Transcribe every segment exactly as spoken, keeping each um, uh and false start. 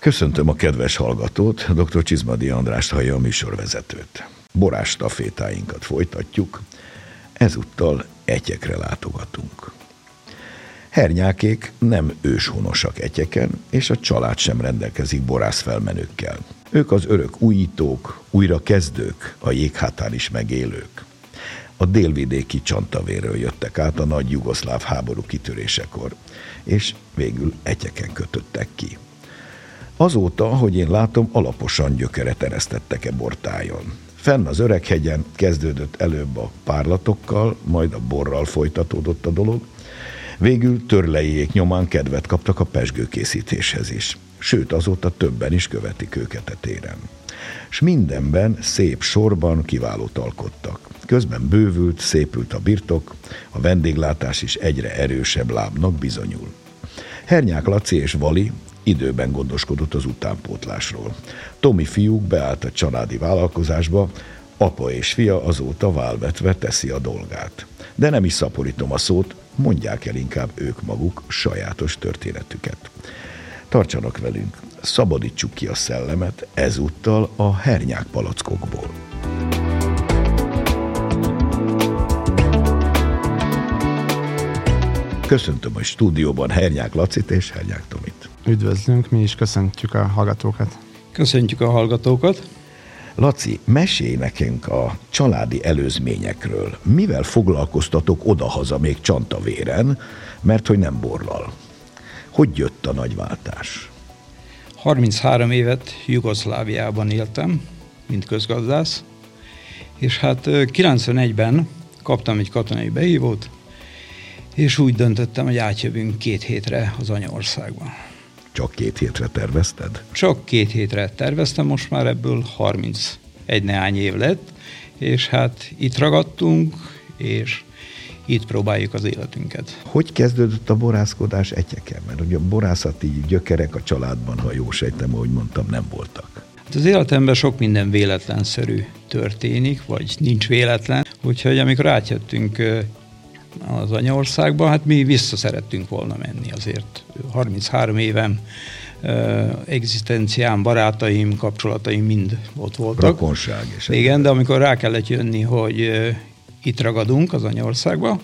Köszöntöm a kedves hallgatót, dr. Csizmadi Andrást hallja a műsorvezetőt. Borás stafétáinkat folytatjuk, ezúttal Etyekre látogatunk. Hernyákék nem őshonosak Etyeken, és a család sem rendelkezik borászfelmenőkkel. Ők az örök újítók, újra kezdők, a jéghátán is megélők. A délvidéki Csantavéről jöttek át a nagy jugoszláv háború kitörésekor, és végül Etyeken kötöttek ki. Azóta, hogy én látom, alaposan gyökeret eresztettek e bortájon. Fenn az Öreghegyen kezdődött előbb a párlatokkal, majd a borral folytatódott a dolog. Végül Törleiék nyomán kedvet kaptak a pezsgőkészítéshez is. Sőt, azóta többen is követik őket a téren. S mindenben szép sorban kiválót alkottak. Közben bővült, szépült a birtok, a vendéglátás is egyre erősebb lábnak bizonyul. Hernyák Laci és Vali időben gondoskodott az utánpótlásról. Tomi fiúk beállt a családi vállalkozásba, apa és fia azóta válvetve teszi a dolgát. De nem is szaporítom a szót, mondják el inkább ők maguk sajátos történetüket. Tartsanak velünk, szabadítsuk ki a szellemet ezúttal a hernyák palackokból. Köszöntöm a stúdióban Hernyák Lacit és Hernyák Tomit. Üdvözlünk, mi is köszöntjük a hallgatókat. Köszöntjük a hallgatókat. Laci, mesélj nekünk a családi előzményekről. Mivel foglalkoztatok odahaza még Csantavéren, mert hogy nem borral? Hogy jött a nagyváltás? harminchárom évet Jugoszláviában éltem, mint közgazdász, és hát kilencvenegyben kaptam egy katonai behívót, és úgy döntöttem, hogy átjövünk két hétre az anyaországban. Csak két hétre tervezted? Csak két hétre terveztem, most már ebből harmincegy néhány év lett, és hát itt ragadtunk, és itt próbáljuk az életünket. Hogy kezdődött a borászkodás Etyeken? Mert ugye a borászati gyökerek a családban, ha jól sejtem, ahogy mondtam, nem voltak. Hát az életemben sok minden véletlenszerű történik, vagy nincs véletlen, úgyhogy amikor átjöttünk az anyaországba, hát mi vissza szerettünk volna menni azért. harminchárom évem egzisztenciám, barátaim, kapcsolataim mind ott voltak. Rokonság és igen, de amikor rá kellett jönni, hogy itt ragadunk az anyaországba,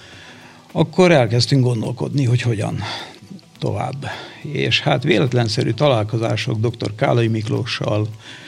akkor elkezdtünk gondolkodni, hogy hogyan tovább. És hát véletlenszerű találkozások doktor Kálai Miklóssal,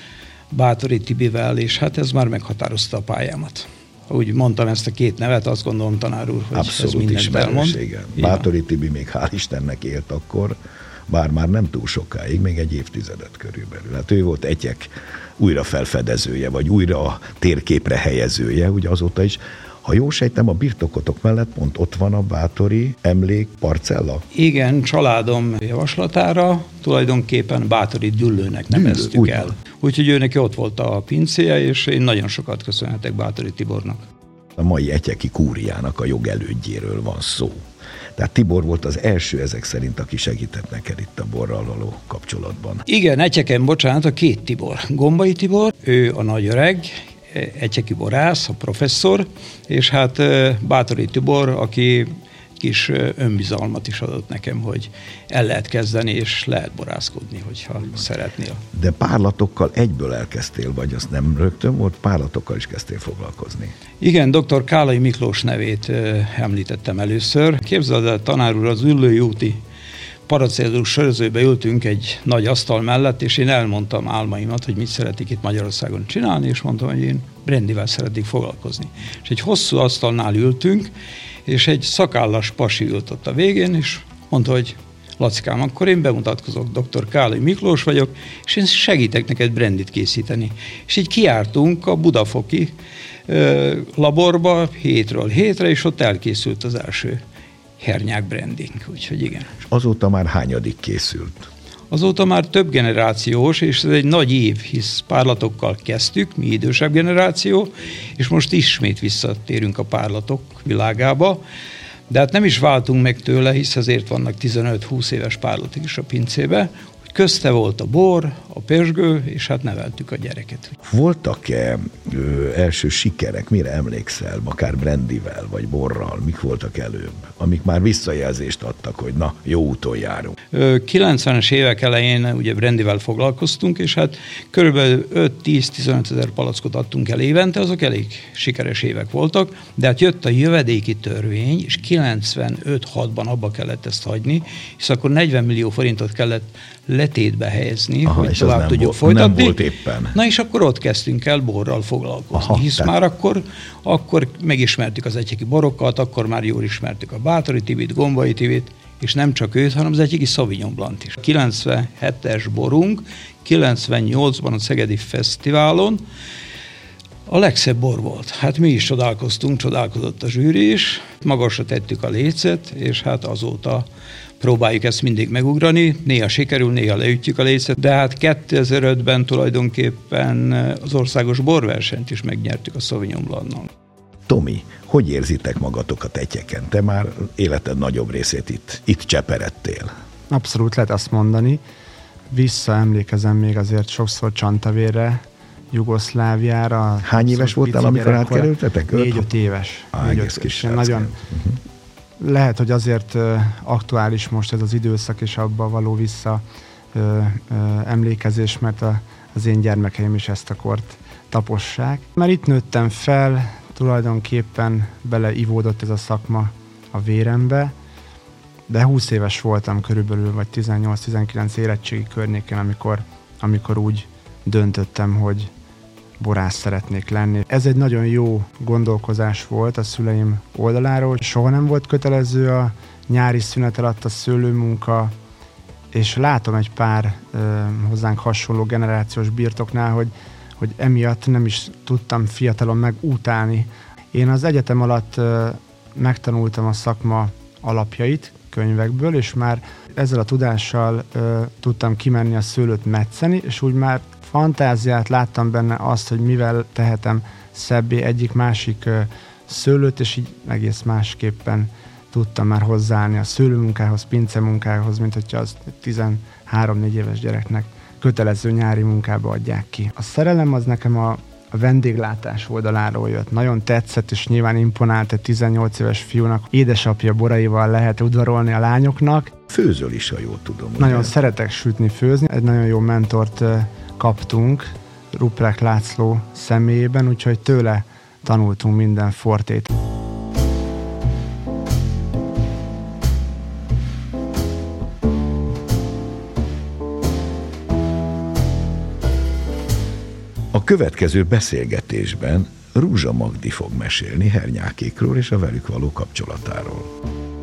Báthori Tibivel, és hát ez már meghatározta a pályámat. Úgy mondtam ezt a két nevet, azt gondolom, tanár úr, hogy abszolút ez mindent elmond. Báthori Tibi még hál' Istennek élt akkor, bár már nem túl sokáig, még egy évtizedet körülbelül. Hát ő volt Etyek újra felfedezője, vagy újra a térképre helyezője, ugye azóta is. Ha jól sejtem, a birtokotok mellett pont ott van a Báthori emlék parcella? Igen, családom javaslatára tulajdonképpen Báthori Düllőnek Düllő, neveztük úgy el. van. Úgyhogy ő neki ott volt a pincéje, és én nagyon sokat köszönhetek Báthori Tibornak. A mai etyeki kúriának a jogelődjéről van szó. Tehát Tibor volt az első ezek szerint, aki segített neked itt a borral való kapcsolatban. Igen, Etyeken, bocsánat, a két Tibor. Gombai Tibor, ő a nagy öreg, etyeki borász, a professzor, és hát Báthori Tibor, aki kis önbizalmat is adott nekem, hogy el lehet kezdeni, és lehet borászkodni, hogyha szeretnél. De párlatokkal egyből elkezdtél, vagy azt nem rögtön volt, párlatokkal is kezdtél foglalkozni? Igen, doktor Kálai Miklós nevét említettem először. Képzeld el, tanár úr, az Üllői úti Paracéldus sörözőbe ültünk egy nagy asztal mellett, és én elmondtam álmaimat, hogy mit szeretik itt Magyarországon csinálni, és mondtam, hogy én brandivel szeretik foglalkozni. És egy hosszú asztalnál ültünk, és egy szakállas pasi ült ott a végén, és mondta, hogy Lackám, akkor én bemutatkozok, doktor Kálai Miklós vagyok, és én segítek neked brandit készíteni. És így kijártunk a budafoki ö, laborba hétről hétre, és ott elkészült az első hernyák branding, úgyhogy igen. És azóta már hányadik készült? Azóta már több generációs, és ez egy nagy év, hisz párlatokkal kezdtük, mi idősebb generáció, és most ismét visszatérünk a párlatok világába, de hát nem is váltunk meg tőle, hisz azért vannak tizenöt-húsz éves párlatok is a pincébe, Közte volt a bor, a pezsgő, és hát neveltük a gyereket. Voltak-e ö, első sikerek, mire emlékszel, akár brandivel, vagy borral, mik voltak előbb, amik már visszajelzést adtak, hogy na, jó úton járunk? kilencvenes évek elején ugye brandivel foglalkoztunk, és hát körülbelül öt-tíz-tizenöt ezer palackot adtunk el évente, azok elég sikeres évek voltak, de hát jött a jövedéki törvény, és kilencvenöt hatban abba kellett ezt hagyni, és akkor negyven millió forintot kellett letétbe helyezni, aha, hogy tovább tudjuk volt, folytatni. Nem volt éppen. Na és akkor ott kezdtünk el borral foglalkozni, aha, hisz tehát... már akkor, akkor megismertük az egyeki borokat, akkor már jól ismertük a Bátori Tibit, Gombai Tibit, és nem csak őt, hanem az egyiki Sauvignon Blanc is. kilencvenhetes borunk, kilencvennyolcban a Szegedi Fesztiválon a legszebb bor volt. Hát mi is csodálkoztunk, csodálkozott a zsűri is, magasra tettük a lécet, és hát azóta próbáljuk ezt mindig megugrani, néha sikerül, néha leütjük a lécet, de hát kétezer-ötben tulajdonképpen az országos borversenyt is megnyertük a Sauvignon Blancnal. Tomi, hogy érzitek magatokat Etyeken? Te már életed nagyobb részét itt, itt cseperedtél. Abszolút lehet azt mondani. Visszaemlékezem még azért sokszor Csantavérre, Jugoszláviára. Hány éves voltál, amikor átkerültetek? Négy-öt éves. Á, egész kis nagyon. Uh-huh. Lehet, hogy azért uh, aktuális most ez az időszak, és abba való vissza uh, uh, emlékezés, mert a, az én gyermekeim is ezt a kort tapossák. Mert itt nőttem fel, tulajdonképpen beleivódott ez a szakma a vérembe, de húsz éves voltam körülbelül, vagy tizennyolc-tizenkilenc érettségi környéken, amikor, amikor úgy döntöttem, hogy borász szeretnék lenni. Ez egy nagyon jó gondolkozás volt a szüleim oldaláról. Soha nem volt kötelező a nyári szünet alatt a szőlőmunka, és látom egy pár ö, hozzánk hasonló generációs birtoknál, hogy, hogy emiatt nem is tudtam fiatalon megutálni. Én az egyetem alatt ö, megtanultam a szakma alapjait könyvekből, és már ezzel a tudással ö, tudtam kimenni a szőlőt metszeni, és úgy már fantáziát láttam benne azt, hogy mivel tehetem szebbé egyik-másik ö, szőlőt, és így egész másképpen tudtam már hozzáállni a szőlőmunkához, pincemunkához, mint hogyha az tizenhárom-négy éves gyereknek kötelező nyári munkába adják ki. A szerelem az nekem a, a vendéglátás oldaláról jött. Nagyon tetszett, és nyilván imponált egy tizennyolc éves fiúnak. Édesapja boraival lehet udvarolni a lányoknak. Főzöl is, ha jól tudom. Nagyon ugye? Szeretek sütni, főzni. Egy nagyon jó mentort uh, kaptunk Ruprecht László személyében, úgyhogy tőle tanultunk minden fortét. A következő beszélgetésben Rúzsa Magdi fog mesélni hernyákékról és a velük való kapcsolatáról.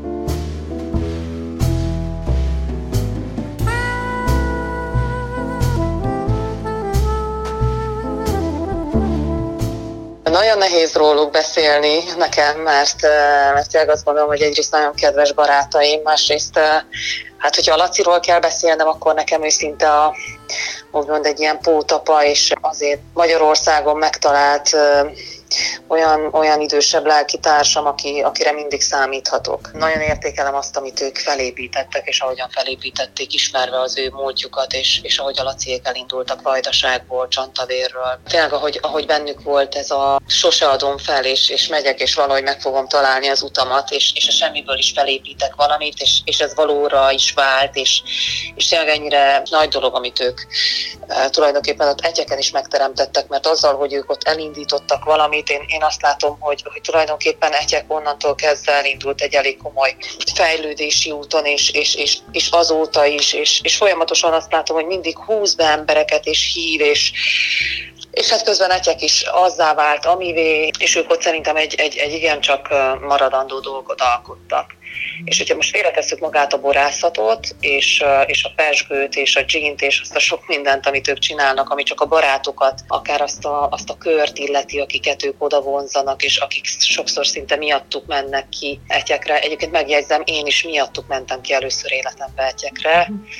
Nagyon nehéz róluk beszélni nekem, mert, mert tényleg azt gondolom, hogy egyrészt nagyon kedves barátaim, másrészt hát hogyha a Laciról kell beszélnem, akkor nekem ő szinte a, úgymond egy ilyen pótapa, és azért Magyarországon megtalált olyan, olyan idősebb lelkitársam, aki, akire mindig számíthatok. Nagyon értékelem azt, amit ők felépítettek, és ahogyan felépítették, ismerve az ő múltjukat, és, és ahogy a Laciék elindultak Vajdaságból, Csantavérről. Tényleg, ahogy, ahogy bennük volt ez a sose adom fel, és, és megyek, és valahogy meg fogom találni az utamat, és, és a semmiből is felépítek valamit, és, és ez valóra is vált, és, és tényleg ennyire nagy dolog, amit ők e, tulajdonképpen ott Etyeken is megteremtettek, mert azzal, hogy ők ott elindítottak valamit, Én, én azt látom, hogy, hogy tulajdonképpen Etyek onnantól kezdve elindult egy elég komoly fejlődési úton, és, és, és, és azóta is, és, és folyamatosan azt látom, hogy mindig húz be embereket, és hív, és, és hát közben Etyek is azzá vált, amivé, és ők ott szerintem egy, egy, egy igencsak maradandó dolgot alkottak. És hogyha most félretesszük magát a borászatot, és, és a pezsgőt, és a gint, és azt a sok mindent, amit ők csinálnak, ami csak a barátokat, akár azt a, azt a kört illeti, akiket ők oda vonzanak, és akik sokszor szinte miattuk mennek ki Etyekre. Egyébként megjegyzem, én is miattuk mentem ki először életembe Etyekre.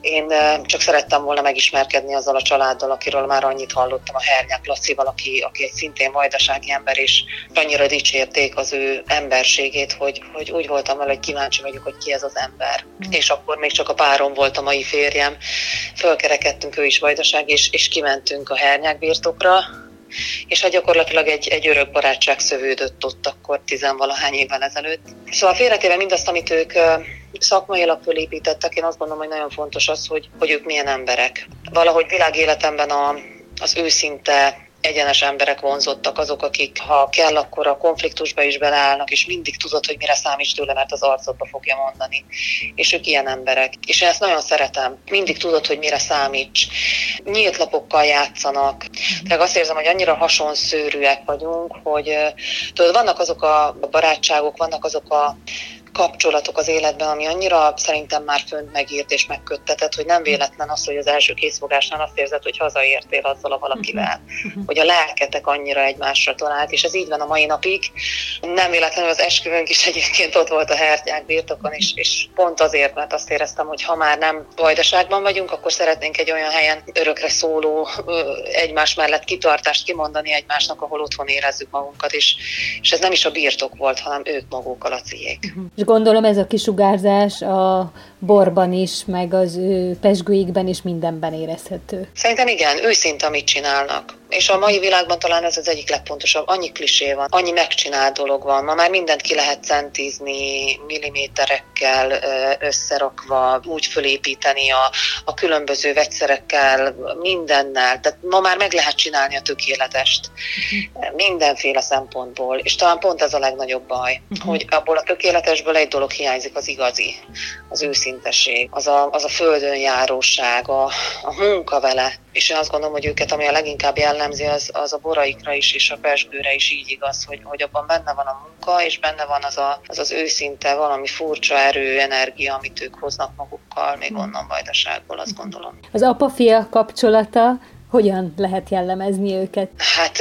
Én csak szerettem volna megismerkedni azzal a családdal, akiről már annyit hallottam, a Hernyák Lacival, aki, aki egy szintén vajdasági ember, és annyira dicsérték az ő emberségét, hogy, hogy úgy voltam vele, hogy kíváncsi vagyok, hogy ki ez az ember. Mm. És akkor még csak a párom volt a mai férjem. Fölkerekedtünk, ő is vajdaság, és, és kimentünk a Hernyák birtokra, és hát gyakorlatilag egy, egy örök barátság szövődött ott akkor tizenvalahány évvel ezelőtt. Szóval félretéve mindazt, amit ők szakmailag fölépítettek, én azt gondolom, hogy nagyon fontos az, hogy, hogy ők milyen emberek. Valahogy világéletemben a, az őszinte, egyenes emberek vonzottak, azok, akik ha kell, akkor a konfliktusba is beleállnak, és mindig tudod, hogy mire számíts tőle, mert az arcodba fogja mondani. És ők ilyen emberek. És én ezt nagyon szeretem. Mindig tudod, hogy mire számíts. Nyílt lapokkal játszanak. Tehát azt érzem, hogy annyira hasonszőrűek vagyunk, hogy tudod, vannak azok a barátságok, vannak azok a kapcsolatok az életben, ami annyira szerintem már fönt megírt és megköttetett, hogy nem véletlen az, hogy az első készfogásnál azt érzed, hogy hazaértél azzal a valakivel, uh-huh. hogy a lelketek annyira egymásra talált, és ez így van a mai napig. Nem véletlenül az esküvőnk is egyébként ott volt a Hernyák birtokon, és, és pont azért, mert azt éreztem, hogy ha már nem vajdaságban vagyunk, akkor szeretnénk egy olyan helyen örökre szóló, egymás mellett kitartást kimondani egymásnak, ahol otthon érezzük magunkat, és, és ez nem is a birtok volt, hanem ők maguk, a Laciék. Uh-huh. És gondolom ez a kisugárzás a borban is, meg az ő pezsgőikben is mindenben érezhető. Szerintem igen, őszinte, amit csinálnak. És a mai világban talán ez az egyik legfontosabb. Annyi klisé van, annyi megcsinált dolog van. Ma már mindent ki lehet centizni, milliméterekkel összerakva, úgy fölépíteni a, a különböző vegyszerekkel, mindennel. Tehát ma már meg lehet csinálni a tökéletest. Uh-huh. Mindenféle szempontból. És talán pont ez a legnagyobb baj, uh-huh. hogy abból a tökéletesből egy dolog hiányzik, az igazi, az őszinteség, az a, az a földönjáróság, a, a munka vele. És én azt gondolom, hogy őket, ami a leginkább jellemzi, az, az a boraikra is, és a pezsgőre is így igaz, hogy, hogy abban benne van a munka, és benne van az, a, az az őszinte, valami furcsa erő, energia, amit ők hoznak magukkal, még onnan Vajdaságból, azt gondolom. Az apa-fia kapcsolata, hogyan lehet jellemezni őket? Hát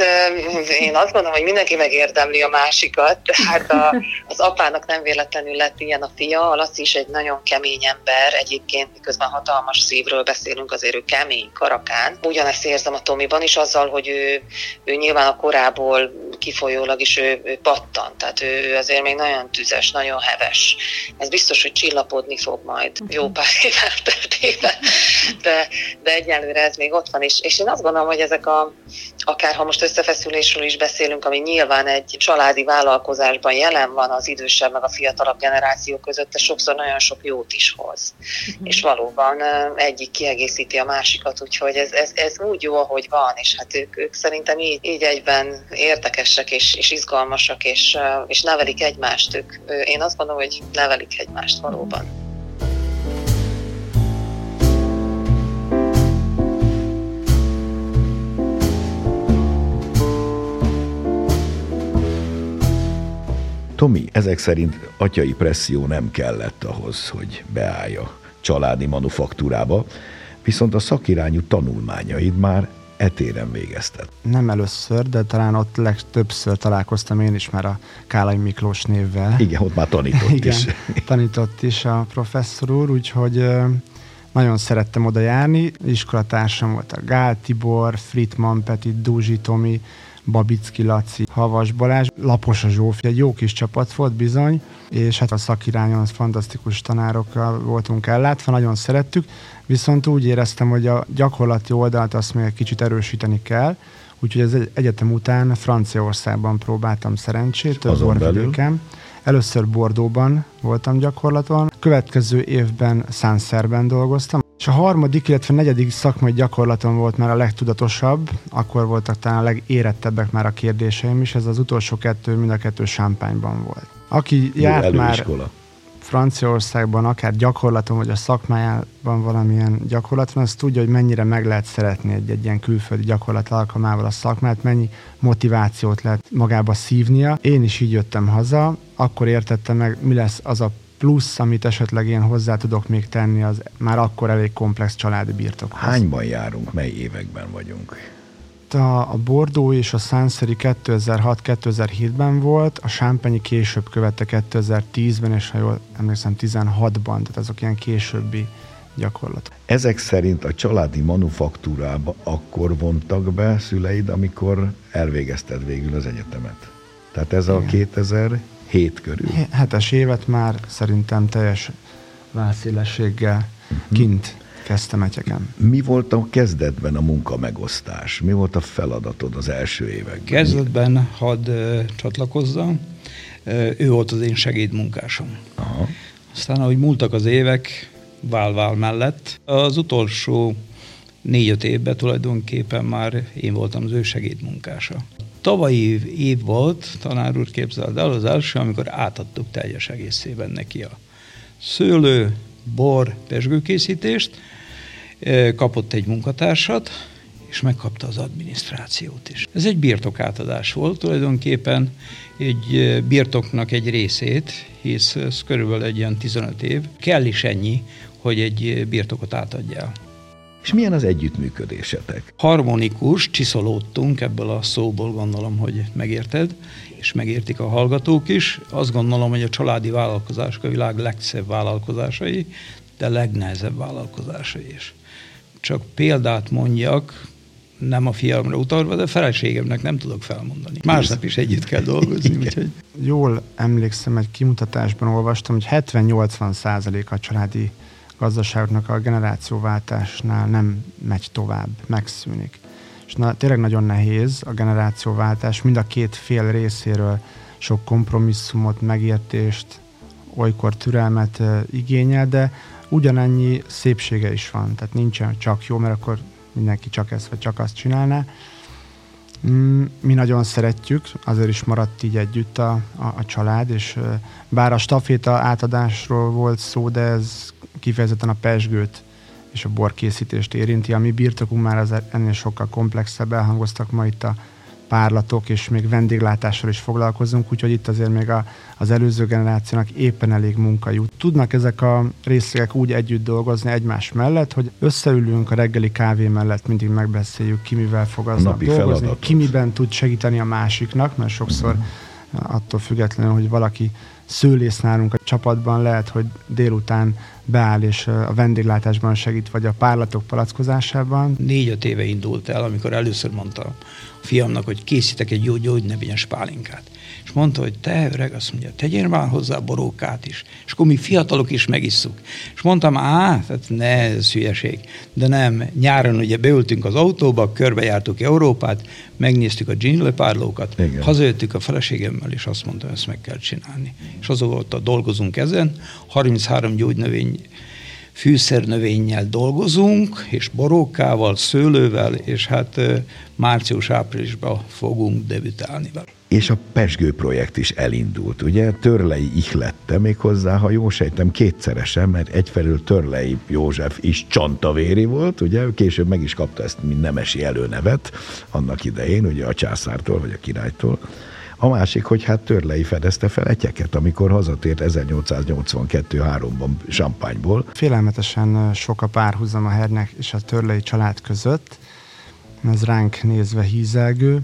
én azt gondolom, hogy mindenki megérdemli a másikat. Hát a, az apának nem véletlenül lett ilyen a fia. A Laci is egy nagyon kemény ember, egyébként miközben hatalmas szívről beszélünk, azért ő kemény, karakán. Ugyanezt érzem a Tomiban is, azzal, hogy ő, ő nyilván a korából kifolyólag is ő, ő pattant, tehát ő azért még nagyon tüzes, nagyon heves. Ez biztos, hogy csillapodni fog majd jó pár év elteltében, de, de egyelőre ez még ott van is. És én azt gondolom, hogy ezek a, akár ha most összefeszülésről is beszélünk, ami nyilván egy családi vállalkozásban jelen van az idősebb meg a fiatalabb generáció között, de sokszor nagyon sok jót is hoz. Uh-huh. És valóban egyik kiegészíti a másikat, úgyhogy ez, ez, ez úgy jó, ahogy van, és hát ők, ők szerintem így, így egyben érdekesek és, és izgalmasak, és, és nevelik egymást. Ők, én azt gondolom, hogy nevelik egymást valóban. Tomi, ezek szerint atyai presszió nem kellett ahhoz, hogy beállja családi manufaktúrába, viszont a szakirányú tanulmányaid már etéren végezted. Nem először, de talán ott legtöbbször találkoztam én is már a Kálai Miklós névvel. Igen, ott már tanított Igen, is. tanított is a professzor úr, úgyhogy nagyon szerettem oda járni. Iskolatársam volt a Gál Tibor, Fritman Peti, Dúzsi Tomi, Babicki Laci, Havas Balázs, Lapos a Zsófi, egy jó kis csapat volt bizony, és hát a szakirányon fantasztikus tanárokkal voltunk ellátva, nagyon szerettük, viszont úgy éreztem, hogy a gyakorlati oldalt azt még egy kicsit erősíteni kell, úgyhogy az egyetem után Franciaországban próbáltam szerencsét, több borvidéken. Először Bordeauxban voltam gyakorlaton, következő évben Sancerreben dolgoztam, és a harmadik, illetve negyedik szakmai gyakorlaton volt már a legtudatosabb, akkor voltak talán a legérettebbek már a kérdéseim is, ez az utolsó kettő, mind a kettő Champagne-ban volt. Aki Jó, járt előiskola. Már Franciaországban, akár gyakorlaton, vagy a szakmájában valamilyen gyakorlaton, az tudja, hogy mennyire meg lehet szeretni egy, egy ilyen külföldi gyakorlat alkalmával a szakmát, mennyi motivációt lehet magába szívnia. Én is így jöttem haza, akkor értettem meg, mi lesz az a plusz, amit esetleg én hozzá tudok még tenni, az már akkor elég komplex családi birtokhoz. Hányban járunk, mely években vagyunk? A, a Bordeaux és a Sancerre kétezer-hat kétezer-hétben volt, a Champagne később követte kétezer-tízben, és ha jól emlékszem, tizenhatban, tehát azok ilyen későbbi gyakorlat. Ezek szerint a családi manufaktúrába akkor vontak be szüleid, amikor elvégezted végül az egyetemet. Tehát ez igen. A kétezer-hét körül. Hetes évet már szerintem teljes válszélességgel uh-huh. kint kezdtem egyeken. Mi volt a kezdetben a munkamegosztás? Mi volt a feladatod az első években? Kezdetben hadd uh, csatlakozzam, uh, ő volt az én segédmunkásom. Aha. Aztán, ahogy múltak az évek, vál-vál mellett, az utolsó négy-öt évben tulajdonképpen már én voltam az ő segédmunkása. Tavalyi év volt, tanár úr, képzeld el, az első, amikor átadtuk teljes egészében neki a szőlő, bor, pezsgőkészítést, kapott egy munkatársat, és megkapta az adminisztrációt is. Ez egy birtokátadás volt, tulajdonképpen egy birtoknak egy részét, hisz ez körülbelül egy ilyen tizenöt év, kell is ennyi, hogy egy birtokot átadjál. És milyen az együttműködésetek? Harmonikus, csiszolódtunk ebből a szóból, gondolom, hogy megérted, és megértik a hallgatók is. Azt gondolom, hogy a családi vállalkozások a világ legszebb vállalkozásai, de legnehezebb vállalkozásai is. Csak példát mondjak, nem a fiamra utalva, de a feleségemnek nem tudok felmondani. Másnap is együtt kell dolgozni. Úgyhogy... Jól emlékszem, egy kimutatásban olvastam, hogy hetven-nyolcvan százalék a családi gazdaságoknak a generációváltásnál nem megy tovább, megszűnik. És na, tényleg nagyon nehéz a generációváltás, mind a két fél részéről sok kompromisszumot, megértést, olykor türelmet uh, igényel, de ugyanannyi szépsége is van. Tehát nincsen csak jó, mert akkor mindenki csak ezt vagy csak azt csinálná. Mm, mi nagyon szeretjük, azért is maradt így együtt a, a, a család, és uh, bár a staféta átadásról volt szó, de ez kifejezetten a pezsgőt és a borkészítést érinti. A mi birtokunk már az ennél sokkal komplexebb, elhangoztak ma itt a párlatok, és még vendéglátással is foglalkozunk, úgyhogy itt azért még a, az előző generációnak éppen elég munka jut. Tudnak ezek a részlegek úgy együtt dolgozni egymás mellett, hogy összeülünk a reggeli kávé mellett, mindig megbeszéljük, ki mivel fog aznap dolgozni, feladatot. Ki miben tud segíteni a másiknak, mert sokszor uh-huh. attól függetlenül, hogy valaki szőlész nálunk a csapatban, lehet, hogy délután beáll és a vendéglátásban segít, vagy a párlatok palackozásában. Négy-öt éve indult el, amikor először mondta a fiamnak, hogy készítek egy jó gyógynövényes pálinkát. És mondta, hogy te öreg, azt mondja, tegyél már hozzá borókát is. És akkor mi fiatalok is megisszuk. És mondtam, á, tehát ne, ez hülyeség. De nem, nyáron ugye beültünk az autóba, körbejártuk Európát, megnéztük a dzsinlepárlókat, hazajöttük a feleségemmel, és azt mondta, ezt meg kell csinálni. És azóta dolgozunk ezen, harminchárom gyógynövény fűszernövényjel dolgozunk, és borókával, szőlővel, és hát március-áprilisban fogunk debütálni vele. És a pezsgő projekt is elindult, ugye? Törlei ihlette még hozzá, ha jól sejtem, kétszeresen, mert egyfelől Törlei József is csantavéri volt, ugye? Később meg is kapta ezt, mint nemesi előnevet annak idején, ugye a császártól vagy a királytól. A másik, hogy hát Törlei fedezte fel etyeket, amikor hazatért ezernyolcszáznyolcvankettő háromban Champagne-ból. Félelmetesen sok a párhuzam a Hernek és a Törlei család között, ez ránk nézve hízelgő.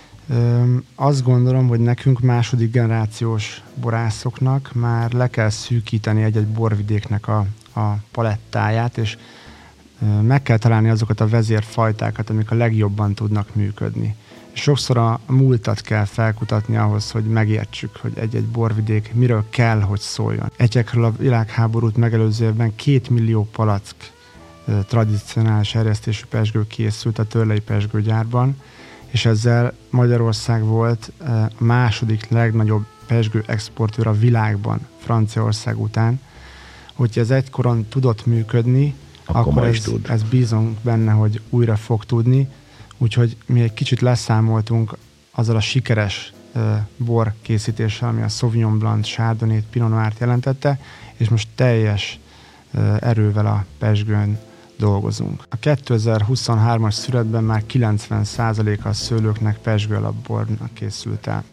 Azt gondolom, hogy nekünk második generációs borászoknak már le kell szűkíteni egy-egy borvidéknek a, a palettáját, és meg kell találni azokat a vezérfajtákat, amik a legjobban tudnak működni. Sokszor a múltat kell felkutatni ahhoz, hogy megértsük, hogy egy-egy borvidék miről kell, hogy szóljon. Egyekről a világháborút megelőző évben két millió palack eh, tradicionális erjesztésű pezsgő készült a Törlei pezsgőgyárban, és ezzel Magyarország volt eh, a második legnagyobb pezsgő exportőr a világban, Franciaország után. Hogyha ez egykoron tudott működni, akkor, akkor ez, ez bízunk benne, hogy újra fog tudni. Úgyhogy mi egy kicsit leszámoltunk azzal a sikeres uh, bor készítéssel, ami a Sauvignon Blanc, Chardonnay-t, Pinot Noirt jelentette, és most teljes uh, erővel a pezsgőn dolgozunk. A kétezer-huszonhármas szüretben már kilencven százaléka a szőlőknek pezsgő alapbornak készült el.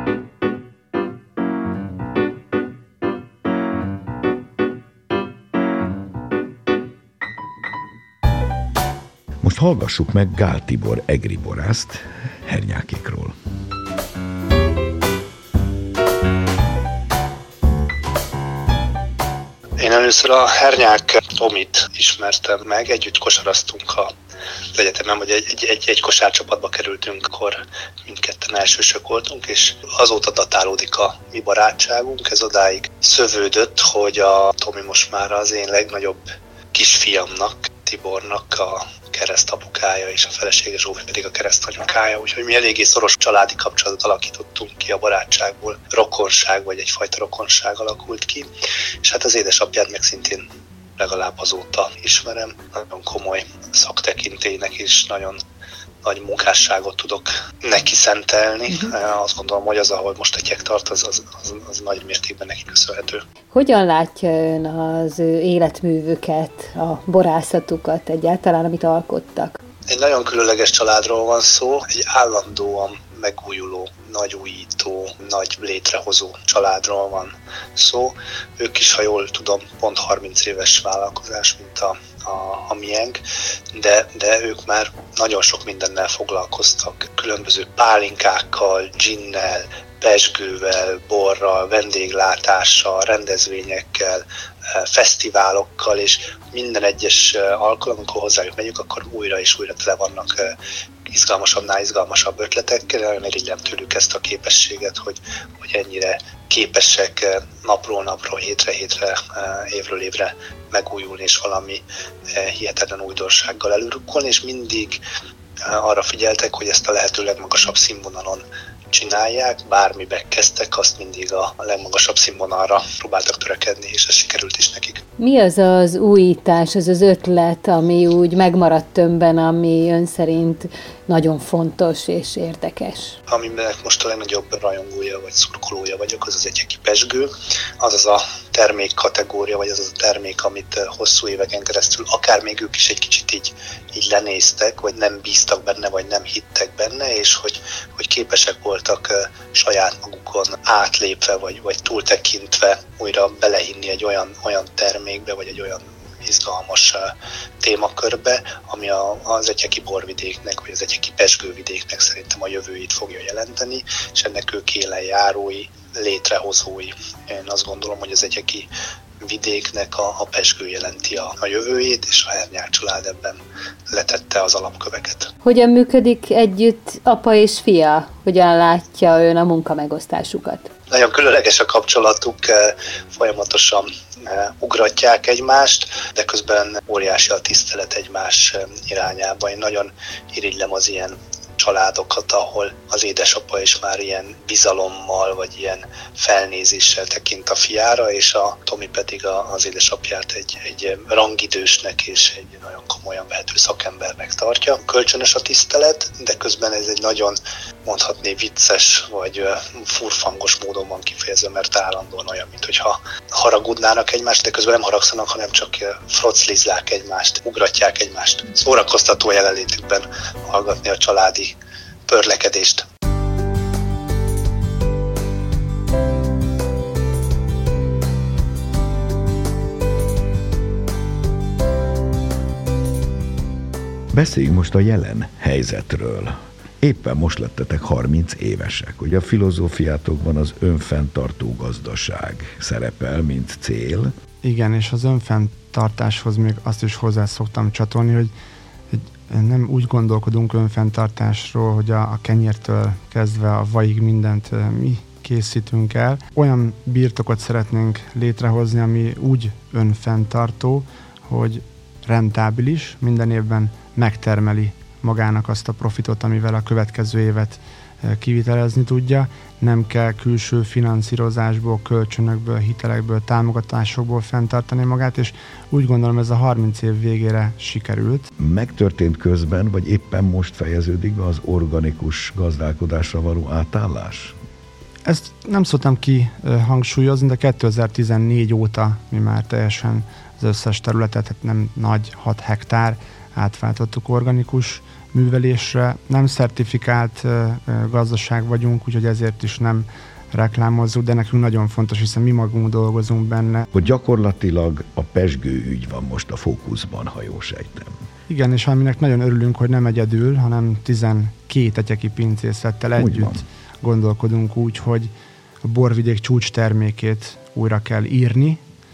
Most hallgassuk meg Gál Tibor egri borászt hernyákékról. Én először a Hernyák Tomit ismertem meg, együtt kosaraztunk a az egyetemen, vagy egy, egy, egy, egy kosárcsapatba kerültünk, akkor mindketten elsősök voltunk, és azóta datálódik a mi barátságunk, ez odáig szövődött, hogy a Tomi most már az én legnagyobb kisfiamnak, Tibornak a keresztapukája, és a felesége Zsófi pedig a keresztanyukája, úgyhogy mi eléggé szoros családi kapcsolatot alakítottunk ki a barátságból, rokonság, vagy egyfajta rokonság alakult ki, és hát az édesapját meg szintén legalább azóta ismerem. Nagyon komoly szaktekintélynek is nagyon nagy munkásságot tudok neki szentelni. Uh-huh. Azt gondolom, hogy az, ahol most egyek tart, az, az, az, az nagy mértékben neki köszönhető. Hogyan látja ön az ő életművüket, a borászatukat egyáltalán, amit alkottak? Egy nagyon különleges családról van szó, egy állandóan megújuló, nagy újító, nagy létrehozó családról van szó. Ők is, ha jól tudom, pont harminc éves vállalkozás, mint a, a, a miénk, de, de ők már nagyon sok mindennel foglalkoztak. Különböző pálinkákkal, ginnel, pezsgővel, borral, vendéglátással, rendezvényekkel, fesztiválokkal, és minden egyes alkalom, amikor hozzájuk megyünk, akkor újra és újra tele vannak izgalmasabbnál izgalmasabb ötletekkel. Nagyon irigylem tőlük ezt a képességet, hogy, hogy ennyire képesek napról napról, hétre hétre, évről évre megújulni, és valami hihetetlen újdonsággal előrukkolni, és mindig arra figyeltek, hogy ezt a lehető legmagasabb színvonalon csinálják, bármibe kezdtek, azt mindig a legmagasabb színvonalra próbáltak törekedni, és ez sikerült is nekik. Mi az az újítás, az az ötlet, ami úgy megmaradt önben, ami ön szerint nagyon fontos és érdekes? Amiben most a legnagyobb rajongója vagy szurkolója vagyok, az az egyeki pezsgő. Az az a termék kategória, vagy az az a termék, amit hosszú éveken keresztül akár még ők is egy kicsit így, így lenéztek, vagy nem bíztak benne, vagy nem hittek benne, és hogy, hogy képesek voltak saját magukon átlépve, vagy, vagy túltekintve újra belehinni egy olyan, olyan termékbe, vagy egy olyan izgalmas témakörbe, ami a, az egyeki borvidéknek, vagy az egyeki pezsgővidéknek szerintem a jövőjét fogja jelenteni, és ennek ők élenjárói, létrehozói. Én azt gondolom, hogy az egyeki vidéknek a, a pezsgő jelenti a, a jövőjét, és a Hernyák család ebben letette az alapköveket. Hogyan működik együtt apa és fia? Hogyan látja ön a munkamegosztásukat? Nagyon különleges a kapcsolatuk, folyamatosan ugratják egymást, de közben óriási a tisztelet egymás irányába. Én nagyon irigylem az ilyen családokat, ahol az édesapa is már ilyen bizalommal, vagy ilyen felnézéssel tekint a fiára, és a Tomi pedig az édesapját egy, egy rangidősnek és egy nagyon komolyan vehető szakembernek tartja. Kölcsönös a tisztelet, de közben ez egy nagyon, mondhatni vicces, vagy furfangos módon van kifejezve, mert állandóan olyan, mintha haragudnának egymást, de közben nem haragszanak, hanem csak froclizlák egymást, ugratják egymást. Szórakoztató jelenlétükben hallgatni a családi pörlekedést. Beszéljünk most a jelen helyzetről. Éppen most lettetek harminc évesek. Ugye a filozófiátokban az önfenntartó gazdaság szerepel, mint cél. Igen, és az önfenntartáshoz még azt is hozzá szoktam csatolni, hogy nem úgy gondolkodunk önfenntartásról, hogy a, a kenyértől kezdve a vajig mindent mi készítünk el. Olyan birtokot szeretnénk létrehozni, ami úgy önfenntartó, hogy rentábilis, minden évben megtermeli magának azt a profitot, amivel a következő évet kivitelezni tudja. Nem kell külső finanszírozásból, kölcsönökből, hitelekből, támogatásokból fenntartani magát, és úgy gondolom, ez a harminc év végére sikerült. Megtörtént közben, vagy éppen most fejeződik be az organikus gazdálkodásra való átállás? Ezt nem szoktam kihangsúlyozni, de kétezer-tizennégy óta mi már teljesen az összes területet, hát nem nagy, hat hektár átváltottuk organikus művelésre. Nem szertifikált uh, gazdaság vagyunk, úgyhogy ezért is nem reklámozzuk, de nekünk nagyon fontos, hiszen mi magunk dolgozunk benne. Hogy gyakorlatilag a pezsgő ügy van most a fókuszban, ha jól sejtem. Igen, és aminek nagyon örülünk, hogy nem egyedül, hanem tizenkét egyeki pincészettel együtt van. Gondolkodunk úgy, hogy a borvidék csúcs termékét újra kell írni,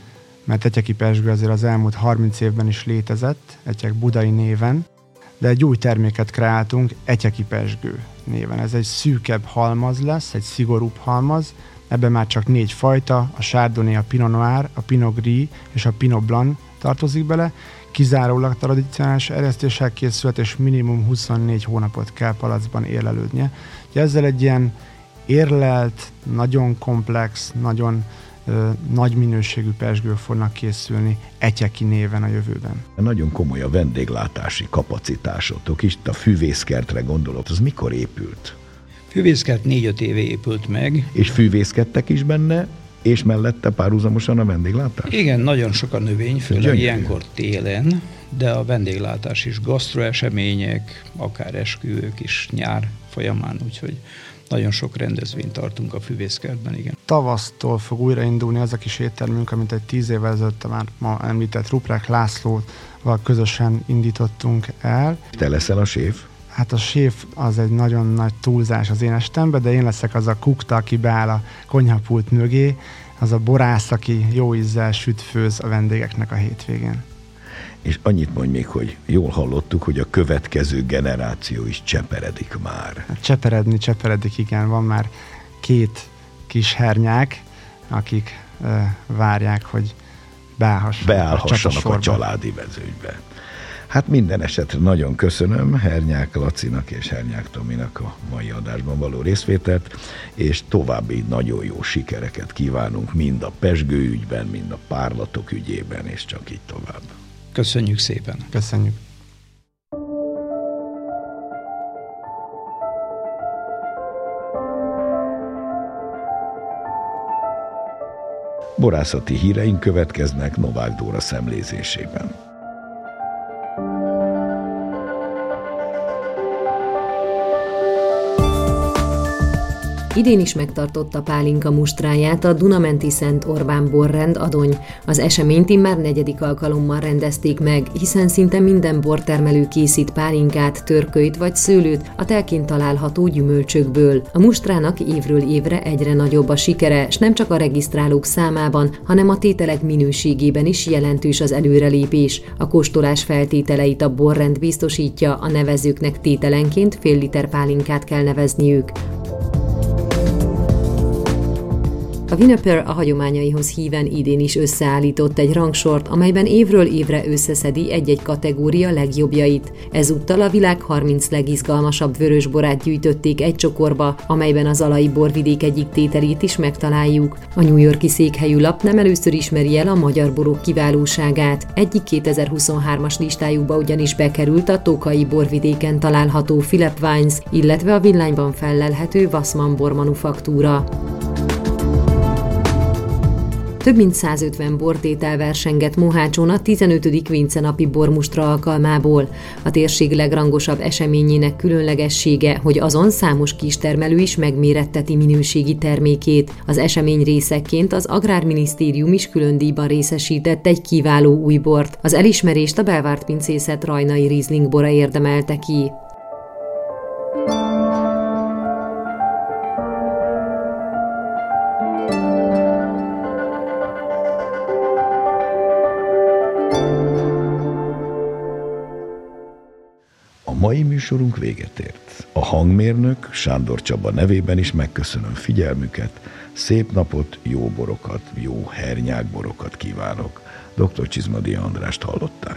mert etyeki pezsgő azért az elmúlt harminc évben is létezett, etyek budai néven, de egy új terméket kreáltunk etyeki pezsgő néven. Ez egy szűkebb halmaz lesz, egy szigorúbb halmaz, ebben már csak négy fajta, a Chardonnay, a Pinot Noir, a Pinot Gris és a Pinot Blanc tartozik bele, kizárólag tradicionális erjesztéssel készült, és minimum huszonnégy hónapot kell palacban érlelődnie. Ugye ezzel egy ilyen érlelt, nagyon komplex, nagyon ö, nagy minőségű pezsgők fognak készülni etyeki néven a jövőben. Nagyon komoly a vendéglátási kapacitásotok is, a fűvészkertre gondolok, az mikor épült? Fűvészkert négy-öt éve épült meg. És fűvészkedtek is benne, és mellette párhuzamosan a vendéglátás? Igen, nagyon sok a növény, főleg ilyenkor télen, de a vendéglátás is, gasztroesemények, akár esküvők is nyár folyamán, úgyhogy nagyon sok rendezvényt tartunk a fűvészkertben, igen. Tavasztól fog újraindulni az a kis éttermünk, amit egy tíz évvel ezelőtt már ma említett Ruprecht Lászlóval közösen indítottunk el. Te leszel a séf? Hát a séf az egy nagyon nagy túlzás az én estembe, de én leszek az a kukta, aki beáll a konyhapult mögé, az a borász, aki jó ízzel süt, főz a vendégeknek a hétvégén. És annyit mondj még, hogy jól hallottuk, hogy a következő generáció is cseperedik már. Cseperedni, cseperedik, igen, van már két kis hernyák, akik uh, várják, hogy beállhassanak, beállhassanak a, a családi mezőnybe. Hát minden esetre nagyon köszönöm Hernyák Lacinak és Hernyák Tominak a mai adásban való részvételt, és további nagyon jó sikereket kívánunk mind a pezsgő ügyben, mind a párlatok ügyében, és csak így tovább. Köszönjük szépen. Köszönjük. Borászati híreink következnek Novák Dóra szemlézésében. Idén is megtartotta Pálinka mustráját a Dunamenti Szent Orbán borrend Adony. Az eseményt immár negyedik alkalommal rendezték meg, hiszen szinte minden bortermelő készít pálinkát, törkölyt vagy szőlőt a telkén található gyümölcsökből. A mustrának évről évre egyre nagyobb a sikere, s nem csak a regisztrálók számában, hanem a tételek minőségében is jelentős az előrelépés. A kóstolás feltételeit a borrend biztosítja, a nevezőknek tételenként fél liter pálinkát kell nevezniük. A Winaper a hagyományaihoz híven idén is összeállított egy rangsort, amelyben évről évre összeszedi egy-egy kategória legjobbjait. Ezúttal a világ harminc legizgalmasabb vörösborát gyűjtötték egy csokorba, amelyben az alai borvidék egyik tételét is megtaláljuk. A New York-i székhelyű lap nem először ismeri el a magyar borok kiválóságát. Egyik kétezer-huszonhármas listájukba ugyanis bekerült a Tokai borvidéken található Philip Wines, illetve a villányban fellelhető Wassmann bormanufaktúra. Több mint százötven bortétel versengett Mohácson a tizenötödik Vincenapi bormustra alkalmából. A térség legrangosabb eseményének különlegessége, hogy azon számos kistermelő is megméretteti minőségi termékét. Az esemény részeként az Agrárminisztérium is külön díjban részesített egy kiváló új bort. Az elismerést a Belvárt pincészet rajnai Riesling bora érdemelte ki. A mai műsorunk véget ért. A hangmérnök Sándor Csaba nevében is megköszönöm figyelmüket, szép napot, jó borokat, jó hernyákborokat kívánok. doktor Csizmadia Andrást hallották.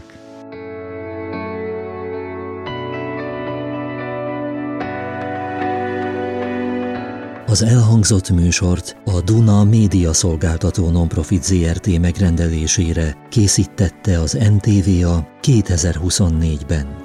Az elhangzott műsort a Duna Média Szolgáltató Nonprofit zé er té megrendelésére készítette az en té vé á kétezer-huszonnégyben.